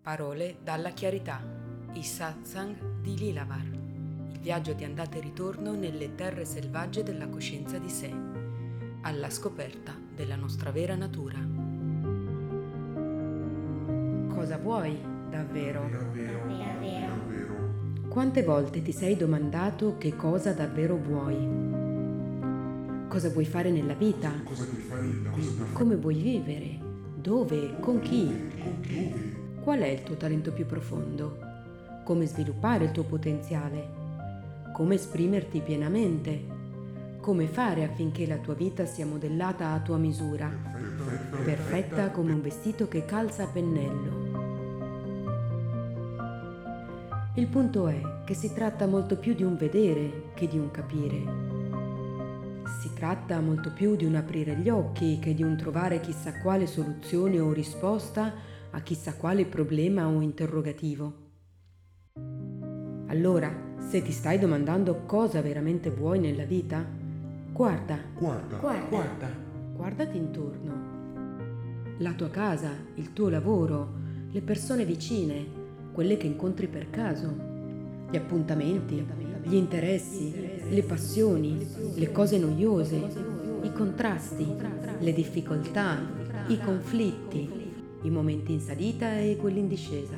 Parole dalla chiarità. I satsang di Lilavar. Il viaggio di andata e ritorno nelle terre selvagge della coscienza di sé, alla scoperta della nostra vera natura. Cosa vuoi davvero? Quante volte ti sei domandato che cosa davvero vuoi? Cosa vuoi fare nella vita? Come vuoi vivere? Dove? Con chi? Qual è il tuo talento più profondo? Come sviluppare il tuo potenziale? Come esprimerti pienamente? Come fare affinché la tua vita sia modellata a tua misura, perfetta come un vestito che calza a pennello? Il punto è che si tratta molto più di un vedere che di un capire. Si tratta molto più di un aprire gli occhi che di un trovare chissà quale soluzione o risposta a chissà quale problema o interrogativo. Allora, se ti stai domandando cosa veramente vuoi nella vita, guardati intorno. La tua casa, il tuo lavoro, le persone vicine, quelle che incontri per caso, gli appuntamenti, gli interessi, le passioni, le cose noiose, i contrasti, le difficoltà, i conflitti, i momenti in salita e quelli in discesa.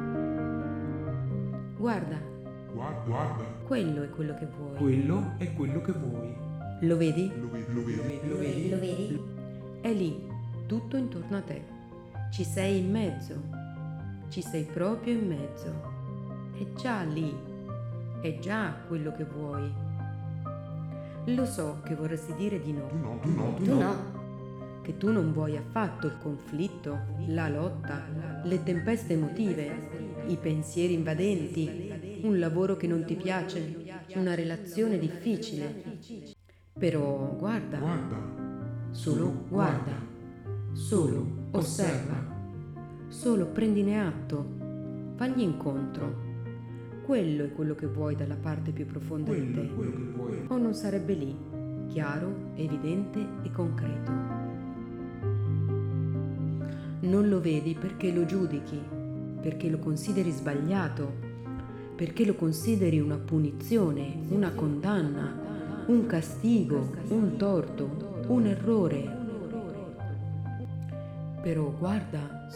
Guarda, quello è quello che vuoi. Quello è quello che vuoi. Lo vedi? Lo vedi? È lì, tutto intorno a te. Ci sei in mezzo. Ci sei proprio in mezzo. È già lì. È già quello che vuoi. Lo so che vorresti dire di no. Tu no. Che tu non vuoi affatto il conflitto, la lotta, le tempeste emotive, i pensieri invadenti, un lavoro che non ti piace, una relazione difficile. Però guarda, solo guarda, solo osserva, solo prendine atto, fagli incontro. Quello è quello che vuoi dalla parte più profonda di te. O non sarebbe lì, chiaro, evidente e concreto. Non lo vedi perché lo giudichi, perché lo consideri sbagliato, perché lo consideri una punizione, una condanna, un castigo, un torto, un errore. Però guarda,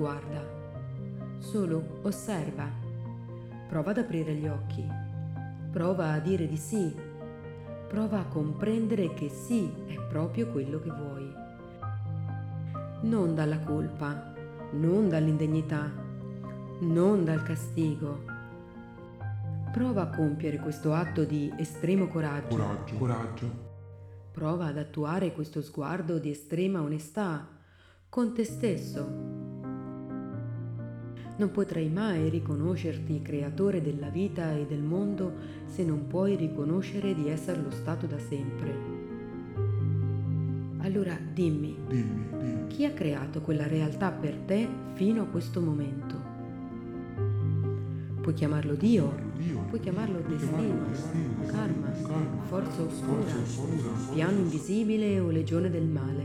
solo osserva, prova ad aprire gli occhi, prova a dire di sì, prova a comprendere che sì è proprio quello che vuoi. Non dalla colpa, non dall'indegnità, non dal castigo. Prova a compiere questo atto di estremo Coraggio. Prova ad attuare questo sguardo di estrema onestà con te stesso. Non potrai mai riconoscerti creatore della vita e del mondo se non puoi riconoscere di esserlo stato da sempre. Allora dimmi, chi ha creato quella realtà per te fino a questo momento? Puoi chiamarlo Dio, puoi chiamarlo destino, karma, forza oscura, piano invisibile o legione del male.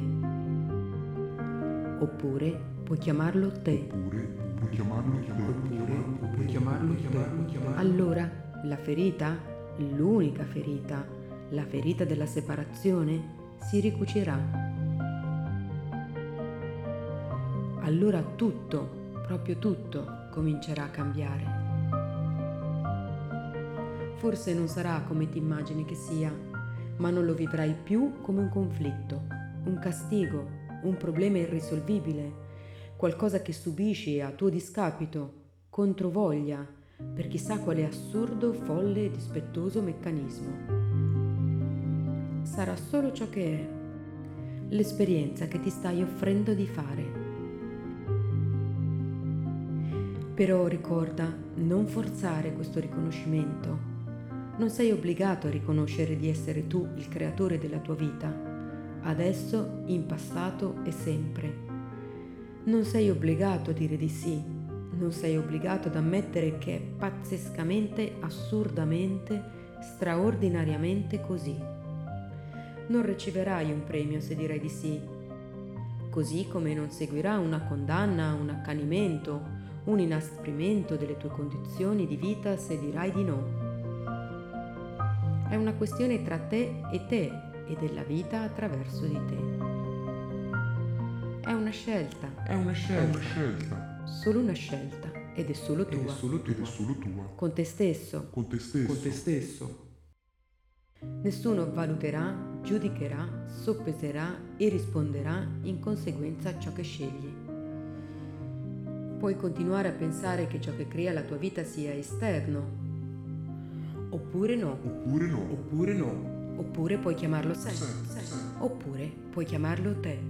Oppure puoi chiamarlo te. Allora, la ferita, l'unica ferita, la ferita della separazione, si ricucirà. Allora tutto, proprio tutto, comincerà a cambiare. Forse non sarà come ti immagini che sia, ma non lo vivrai più come un conflitto, un castigo, un problema irrisolvibile, qualcosa che subisci a tuo discapito, controvoglia, per chissà quale assurdo, folle e dispettoso meccanismo. Sarà solo ciò che è, l'esperienza che ti stai offrendo di fare. Però ricorda, non forzare questo riconoscimento. Non sei obbligato a riconoscere di essere tu il creatore della tua vita, adesso, in passato e sempre. Non sei obbligato a dire di sì, non sei obbligato ad ammettere che è pazzescamente, assurdamente, straordinariamente così. Non riceverai un premio se dirai di sì, così come non seguirà una condanna, un accanimento, un inasprimento delle tue condizioni di vita se dirai di no. È una questione tra te e della vita attraverso di te. È una scelta. È una scelta. Solo una scelta. Ed è solo tua. Ed è solo tua. Con te stesso. Con te stesso. Nessuno valuterà, giudicherà, soppeserà e risponderà in conseguenza a ciò che scegli. Puoi continuare a pensare che ciò che crea la tua vita sia esterno. Oppure no. Oppure puoi chiamarlo sé. Oppure puoi chiamarlo te.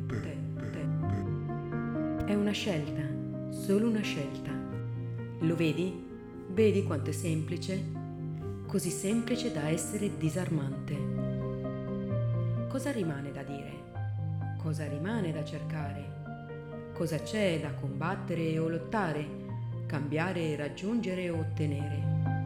È una scelta, solo una scelta. Lo vedi? Vedi quanto è semplice? Così semplice da essere disarmante. Cosa rimane da dire? Cosa rimane da cercare? Cosa c'è da combattere o lottare, cambiare, raggiungere o ottenere?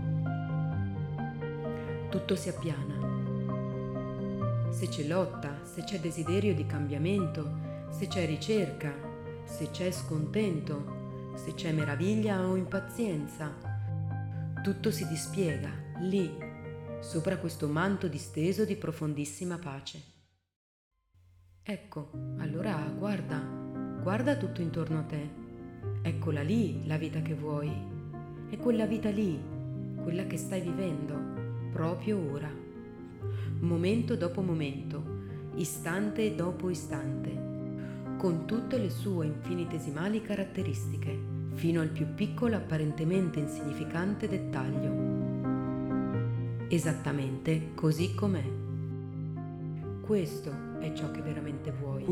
Tutto si appiana. Se c'è lotta, se c'è desiderio di cambiamento, se c'è ricerca, se c'è scontento, se c'è meraviglia o impazienza, tutto si dispiega lì, sopra questo manto disteso di profondissima pace. Ecco, allora guarda tutto intorno a te. Eccola lì la vita che vuoi. È quella vita lì, quella che stai vivendo, proprio ora. Momento dopo momento, istante dopo istante, con tutte le sue infinitesimali caratteristiche, fino al più piccolo apparentemente insignificante dettaglio. Esattamente così com'è. Questo è ciò che veramente vuoi.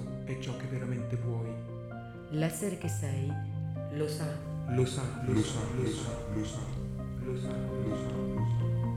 L'essere che sei lo sa. Lo sa.